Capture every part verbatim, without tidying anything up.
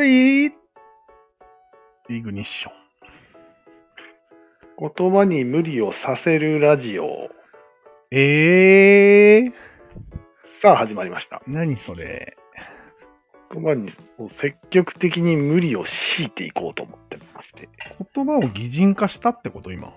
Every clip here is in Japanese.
リーイグニッション。 言葉に無理をさせるラジオ。 えー、 さあ始まりました。 何それ。 言葉に積極的に無理を強いていこうと思ってまして。 言葉を擬人化したってこと今。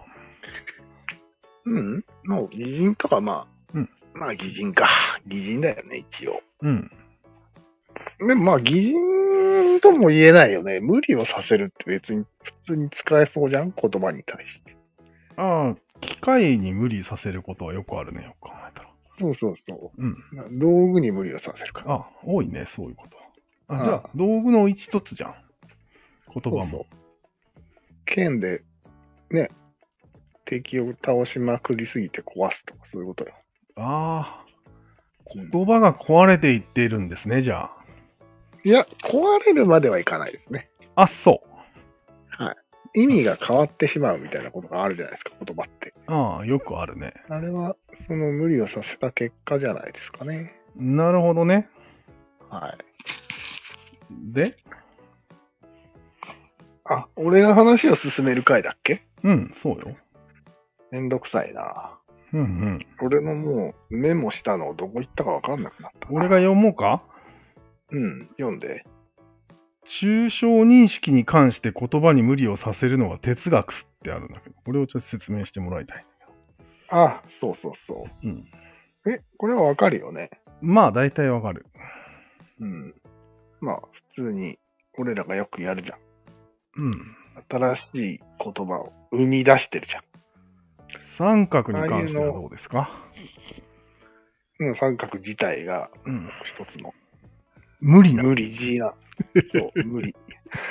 うんもう擬人とかまあ、 うん、 まあ擬人か。擬人だよね、一応。 うん。 でもまあ擬人とも言えないよね。無理をさせるって別に普通に使えそうじゃん、言葉に対して。 ああ、機械に無理させることはよくあるね、よく考えたら。 そうそうそう。 うん。 道具に無理をさせるか。 あ、多いね、そういうことは。あ、 あじゃあ、道具の一つじゃん。言葉も。 そうそう剣で、ね、敵を倒しまくりすぎて壊すとかそういうことよ。 ああ、言葉が壊れていっているんですね、じゃあ。 いや、壊れるまではいかないですね。 あ、そう。 意味が変わってしまうみたいなことがあるじゃないですか、言葉って。 ああ、よくあるね。 あれは、その無理をさせた結果じゃないですかね。 なるほどね。 はい。 で、 あ、俺が話を進める回だっけ？ うん、そうよ。 めんどくさいな。 うんうん。 俺のもうメモしたのどこ行ったかわかんなくなったな。 俺が読もうか？ うん、読んで。 抽象認識に関して言葉に無理をさせるのは哲学ってあるんだけど、これをちょっと説明してもらいたい。 あ、そうそうそうん。 う。え、これはわかるよね。 まあ、大体わかる。 うん。まあ、普通に俺らがよくやるじゃん。 うん。 新しい言葉を生み出してるじゃん。 三角に関してはどうですか？ うん、三角自体がうん。 一つの無理な。 無理強いな。そう、無理。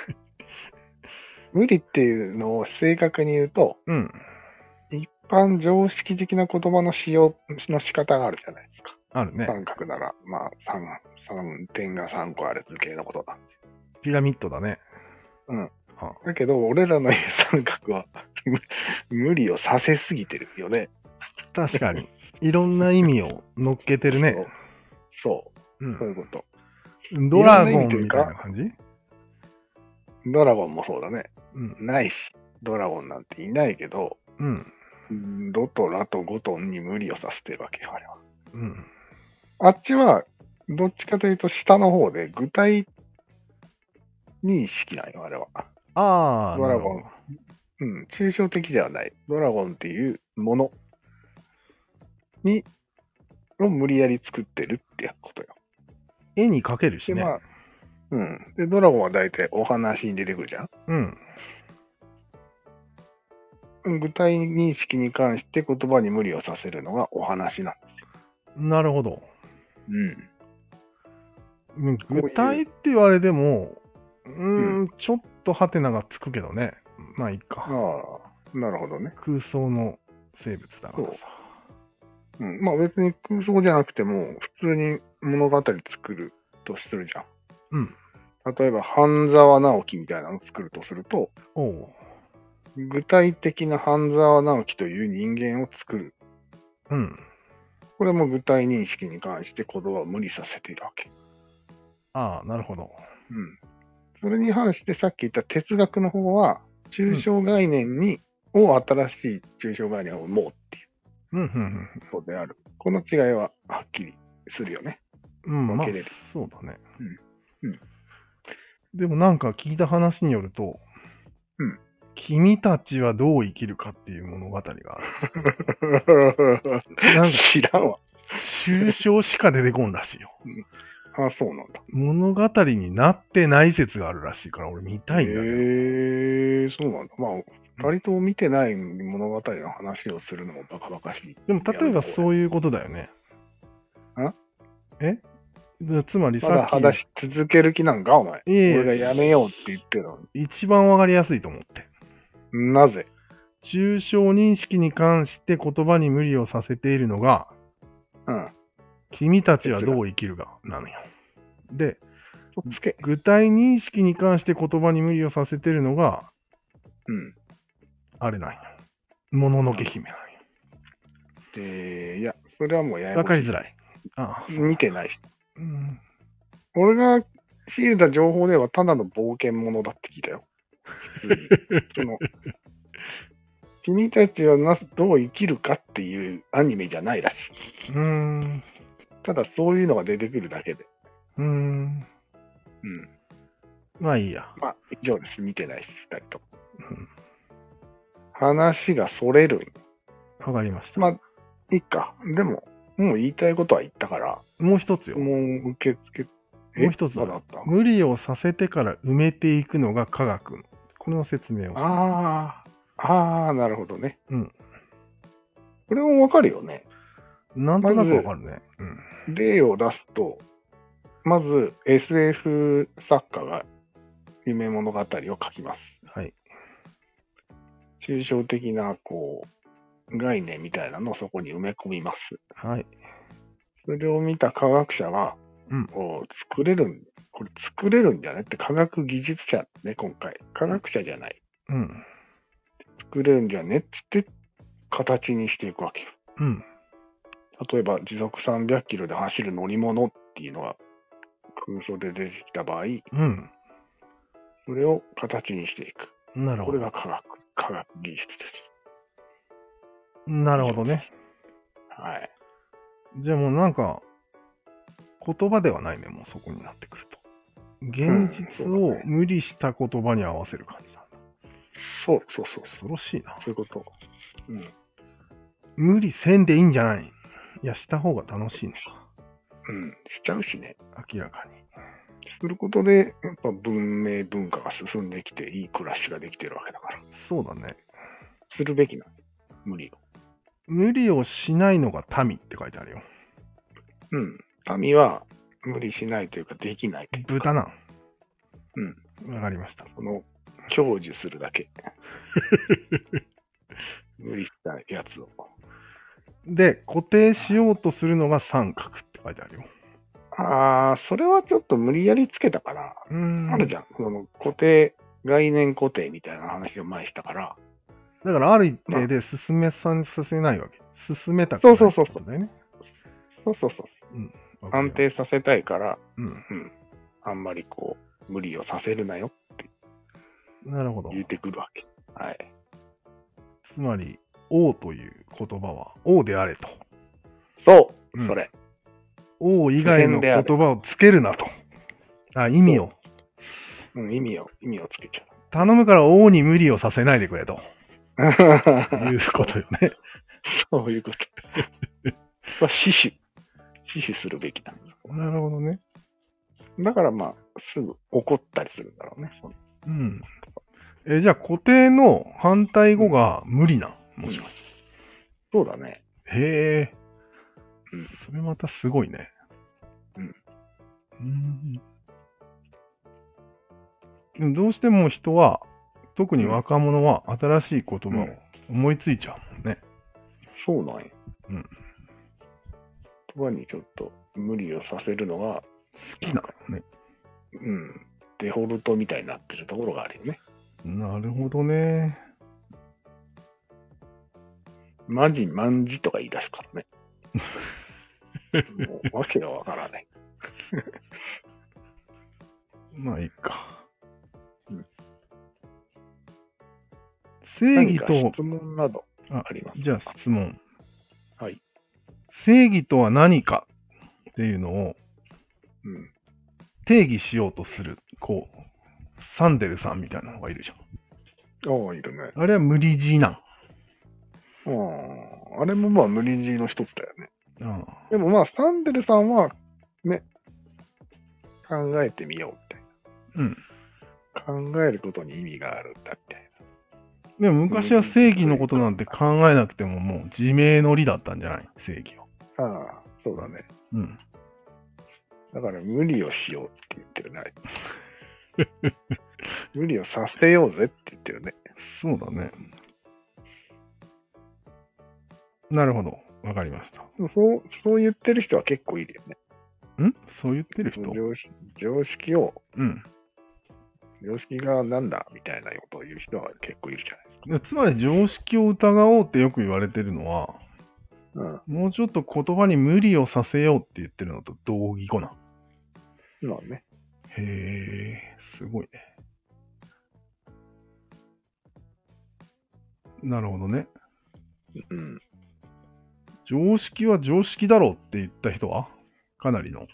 無理っていうのを正確に言うと、 うん。 一般常識的な言葉の使用の仕方があるじゃないですか。 あるね。 三角なら、まあ、三、三点が三個ある図形のことだ。 ピラミッドだね。 うん。 あ、 だけど、俺らの言う三角は無理をさせすぎてるよね。 確かに。いろんな意味を乗っけてるね。 そう。 う。 そういうこと。 ドラゴンみたいな感じ？ ドラゴンもそうだね。 うん。 ないし、ドラゴンなんていないけど、 うん。 ドとラとゴトンに無理をさせてるわけよ、あれは。 うん。 あっちは、どっちかというと下の方で具体認識なんよ、あれは。 ああ、 ドラゴンなるほど。 うん、抽象的ではない。ドラゴンっていうものに、を無理やり作ってるってことよ。 絵に描けるしで、 ね。 まあ、うん。で、ドラゴンは大体お話に出てくるじゃん。 うん。 具体認識に関して言葉に無理をさせるのがお話なんですよ。 なるほど。 うん。 具体って言われても、うーん、 うん、 ちょっとハテナがつくけどね。まあいいか。 ああ、なるほどね。 空想の生物だからさ。 うん、まあ別に空想じゃなくても、普通に物語作るとするじゃん。 うん。 例えば、半沢直樹みたいなのを作るとすると、 おう。 具体的な半沢直樹という人間を作る。 うん。 これも具体認識に関して言葉を無理させているわけ。 ああ、なるほど。 うん。それに反してさっき言った哲学の方は、抽象概念に、うん、を新しい抽象概念を生もうっていう。 うん、うん、うん。 そうである。この違いははっきりするよね。 うん、 分けれる。 まあ、そうだね。 うん。うん。 でもなんか聞いた話によると、 うん。 君たちはどう生きるかっていう物語がある。 なんか知らんわ。 抽象しか出てこんらしいよ。 あ、そうなんだ。 物語になってない説があるらしいから、俺見たいんだけど。へえー、そうなんだ。まあ、割と見てない物語の話をするのもバカバカしい。 でも、例えばそういうことだよね。 んえつまりさっき。 まだ話し続ける気なんか、お前。 いえ俺がやめようって言ってるのに。一番わかりやすいと思って。 なぜ？ 抽象認識に関して言葉に無理をさせているのが、 うん。 君たちはどう生きるかなのよ。で、 つけ具体認識に関して言葉に無理をさせているのが、 うん。 あれなんよ。もののけ姫なんよ。 で、いや、それはもうややこしい。 わかりづらい。ああ、 見てないし。 うん。 俺が仕入れた情報ではただの冒険者だって聞いたよ。普通にその君たちはなどう生きるかっていうアニメじゃないらしい。 うーん。 ただそういうのが出てくるだけで。 うーん。 うん。 まあいいや。 まあ、以上です。見てないし、二人とも。 うん話がそれるん。 わかりました。 まあ、いいか。でも、もう言いたいことは言ったから、 もう一つよ。 もう受け付け、 もう一つまだあった。 無理をさせてから埋めていくのが科学。この説明を。 ああ、ああ、なるほどね。 うん。 これもわかるよね。 なんとなくわかるね。うん。 例を出すと、まず エスエフ 作家が夢物語を書きます。 はい。 抽象的な、こう、概念みたいなのをそこに埋め込みます。 はい。 それを見た科学者は、 うん。 こう作れるん、これ作れるんじゃねって科学技術者ね、今回。科学者じゃない。 うん。 作れるんじゃねっつって形にしていくわけよ。 うん。 例えば時速さんびゃくキロで走る乗り物っていうのが空想で出てきた場合、 うん。 それを形にしていく。 なるほど。 これが科学、科学技術です。 なるほどね。 はい。 じゃあもうなんか、言葉ではないね、もうそこになってくると。現実を無理した言葉に合わせる感じなんだ。 そうそうそうそう。 恐ろしいな。 そういうこと。うん。 無理せんでいいんじゃない？いや、した方が楽しいのか。 うん。しちゃうしね。 明らかに。 することで、やっぱ文明文化が進んできて、いい暮らしができてるわけだから。 そうだね。 するべきな。無理を。 無理をしないのが民って書いてあるよ。 うん。民は無理しないというか、できないというか。 豚なん。 うん。 わかりました。 その、享受するだけ。無理したやつを。 で、固定しようとするのが三角って書いてあるよ。 ああ、それはちょっと無理やりつけたから、 うーん。 あるじゃん。その固定、概念固定みたいな話を前したから。 だからある一定で進めさせないわけ。進めたくそないううそそうそうってことだよね。 そうそうそう。 うん。 安定させたいから、 うん。 うん。あんまりこう、無理をさせるなよってなるほど。 言ってくるわけ。はい。 つまり、王という言葉は王であれと。 そう、 うんそれ。 王以外の言葉をつけるなと。あ、意味を。 うん、意味を、意味をつけちゃ頼むから王に無理をさせないでくれと。 う。 いうことよね。 そういうこと。まあ、死守。死守するべきなんです。 なるほどね。 だからまあ、すぐ怒ったりするんだろうね。そのうん。え、じゃあ固定の反対語が無理なんもしかして。 そうだね。 へえ。 うん。 それまたすごいね。 うん。 うーん。でもどうしても人は、特に若者は新しい言葉を思いついちゃうもんね。 そうなんや。 うん。 言葉にちょっと無理をさせるのが、 好きなのね。 うん。デフォルトみたいになってるところがあるよね。 なるほどね。 マジ、マンジとか言い出すからね。もう、わけがわからない。 まあいいか。 うん正義と何か、質問などあありますか？ じゃあ質問。 はい。 正義とは何かっていうのをうん。 定義しようとする、こう、サンデルさんみたいなのがいるじゃん。 ああ、いるね。 あれは無理強いなん。 ああ、あれもまあ無理強いの一つだよね。 あでもまあ、サンデルさんは、ね、考えてみようみたいうん。 な。考えることに意味があるんだみたいでも昔は正義のことなんて考えなくてももう自明の理だったんじゃない正義は。 な。ああ、そうだね。 うん。 だから無理をしようって言ってるね。無理をさせようぜって言ってるね。 そうだね。なるほど。わかりました。 でもそう、そう言ってる人は結構いるよね。 んそう言ってる人常識常識を、 うん。 常識がなんだみたいなことを言う人は結構いるじゃないですか。 つまり常識を疑おうってよく言われてるのは、 うん。 もうちょっと言葉に無理をさせようって言ってるのと同義語な。 まあね。 へえ、すごいね。なるほどね。 うん。 常識は常識だろうって言った人はかなりの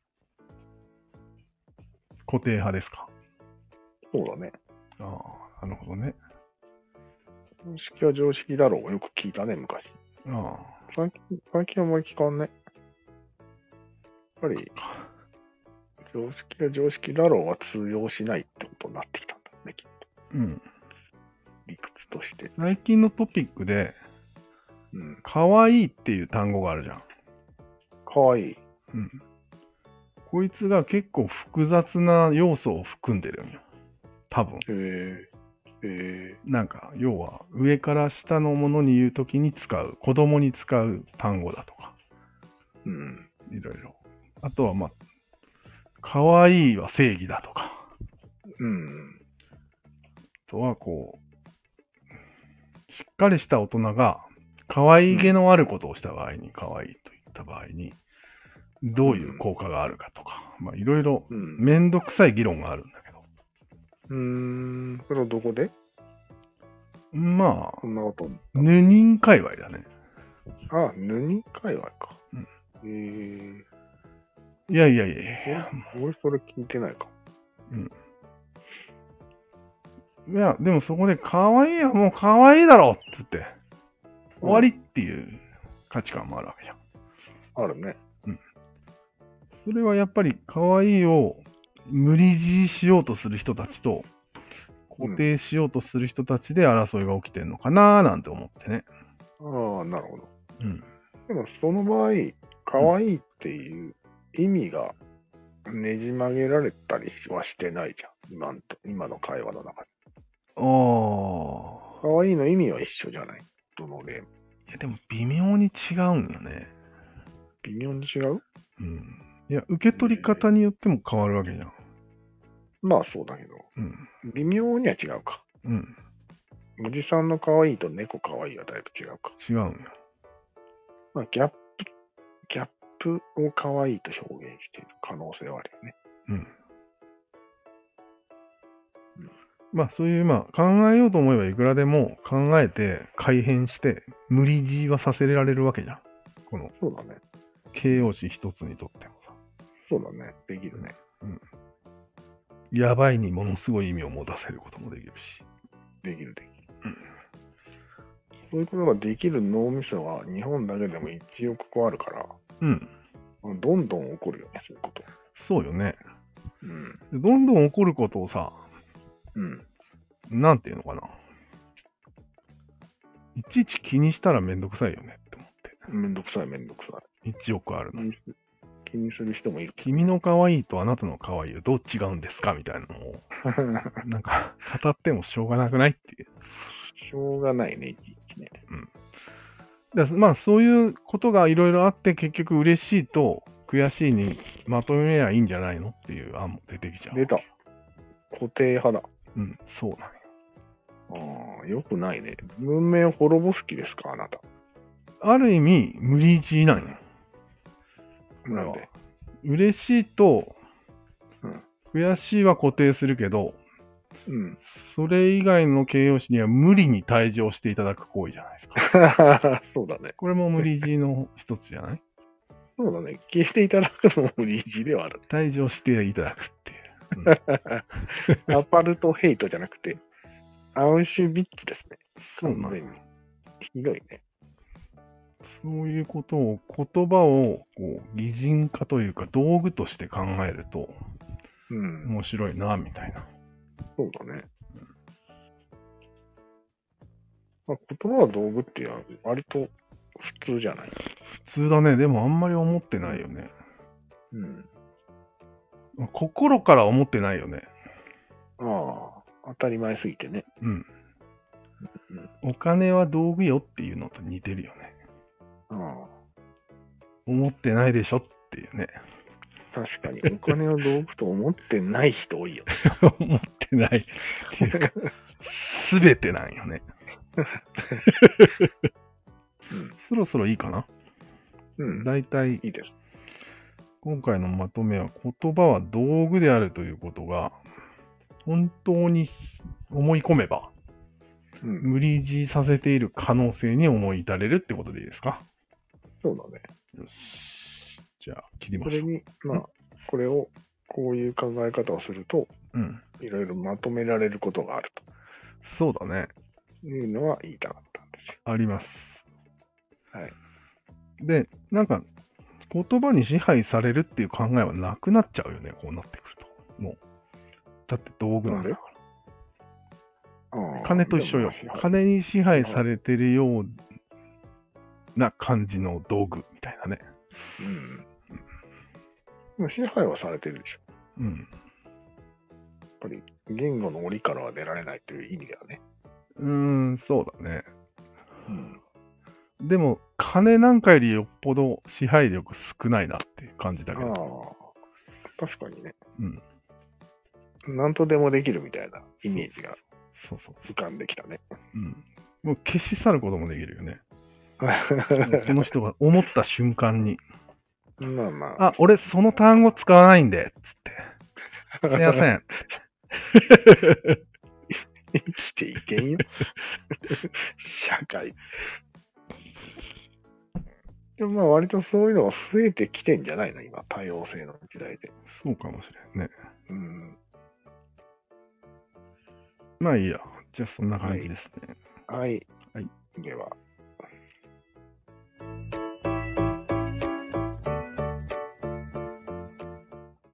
固定派ですか？ そうだね。 ああ、なるほどね。 常識は常識だろう。よく聞いたね、昔。 あ最近、最近あんまり聞かんね。やっぱり、 あ。 常識は常識だろうは通用しないってことになってきたんだね、きっと。 うん。 理屈として。 最近のトピックで、 うん。 可愛いっていう単語があるじゃん。 かわいい。 うん。こいつが結構複雑な要素を含んでるんよ。多分。 へえ。へえ。 なんか、要は、上から下のものに言うときに使う、子供に使う単語だとか、 うん。 いろいろ。あとは、まあ、可愛いは正義だとか、 うん。 あとは、こう、しっかりした大人が、可愛げのあることをした場合に、可愛いと言った場合に、どういう効果があるかとか、まあ、いろいろ、 うん。 めんどくさい議論があるんだけど、 うーん。それはどこでまあそ、んなこと。 ヌニン界隈だね。 あ、ヌニ界隈か。 うんへえ。 いやいやいやいや。 俺、俺それ聞いてないか。 うん。いや、でもそこで、可愛いはもう可愛いだろっつって、終わりっていう価値観もあるわけじゃん。 あるね。 それはやっぱり可愛いを無理強いしようとする人たちと、固定しようとする人たちで争いが起きてるのかなーなんて思ってね。 ああ、なるほど。 うん。 でもその場合、可愛いっていう意味がねじ曲げられたりはしてないじゃん。今のと今の会話の中で。 ああ。 可愛いの意味は一緒じゃないどの例も。 いや、でも微妙に違うんよね。 微妙に違ううん。いや、受け取り方によっても変わるわけじゃん。 まあそうだけど、 うん。 微妙には違うか。 うん。 おじさんの可愛いと猫可愛いはだいぶ違うか。 違うんよ。 まあギャップ、ギャップを可愛いと表現している可能性はあるよね。 うん。まあそういう、まあ考えようと思えばいくらでも考えて改変して無理強いはさせられるわけじゃん。このそうだね。 形容詞一つにとってもさ。 そうだね。できるね。 やばいにものすごい意味を持たせることもできるし。 できるできる。 うんそういうことができる脳みそは日本だけでもいちおくこあるから、 うん。 どんどん起こるよね、そういうこと。 そうよね。 うん。 でどんどん起こることをさ、 うん。 なんていうのかな。いちいち気にしたらめんどくさいよねって思って。 めんどくさい、めんどくさい。 いちおくあるの。 気にす気にする人もいる。 君の可愛いとあなたの可愛いはどう違うんですかみたいなのを、なんか語ってもしょうがなくないっていう。 しょうがないね、いちいちね。 だまあそういうことがいろいろあって結局嬉しいと悔しいにまとめりゃいいんじゃないのっていう案も出てきちゃう。 出た。固定派だ。 うん、そうなのよ。 ああ、よくないね。文明を滅ぼす気ですか、あなた。 ある意味無理強いなんよ。 なんで嬉しいとうん悔しいは固定するけど、 うん。 それ以外の形容詞には無理に退場していただく行為じゃないですか。 そうだね。 これも無理強いの一つじゃない？ そうだね。消していただくのも無理強いではある。 退場していただくっていう。うんアパルトヘイトじゃなくて、アウシュビッツですね。 そうなの完全に。ひどいね。 そういうことを、言葉をこう擬人化というか道具として考えるとうん。 面白いな、みたいな。 そうだね。まあ、言葉は道具っていうのは割と普通じゃない。 普通だね。でもあんまり思ってないよね。 うん。 心から思ってないよね。 ああ、当たり前すぎてね。 うん。 うん、 お金は道具よっていうのと似てるよね。 ああ、 思ってないでしょっていうね。 確かに。お金を道具と思ってない人多いよね。 思ってないっていうか、すべてなんよね。 うん。 そろそろいいかな。 うん。 だいたいいいです。 今回のまとめは、言葉は道具であるということが、本当に思い込めば、 うん。 無理強いさせている可能性に思い至れるってことでいいですか？ そうだね。 よし。じゃあ、切りましょう。 これに、まあ、これを、こういう考え方をすると、 うん。 いろいろまとめられることがあるそうだね。 というのは言いたかったんですよ。 あります。 はい。 で、なんか、言葉に支配されるっていう考えはなくなっちゃうよね、こうなってくると。もう。だって道具なんだかあら。 あ金と一緒よ。 でもまあ金に支配されてるような感じの道具みたいなね。 うん。でも支配はされてるでしょ。 うん。 やっぱり言語の檻からは出られないという意味ではね。 うーん、そうだね。 うん。 でも、金なんかよりよっぽど支配力少ないなっていう感じだけああど。、 確かにね。 うん。 なんとでもできるみたいなイメージがそうそう浮かんできたね。 うん。もう消し去ることもできるよね。もうその人が思った瞬間に、 まあまあ。 あ、俺その単語使わないんで、つって。すいません。 生きていけんよ。社会。でもまあ割とそういうのが増えてきてんじゃないの今、多様性の時代で。 そうかもしれんね。 うん。 まあいいや。じゃあそんな感じですね。 はい。 はい。 では。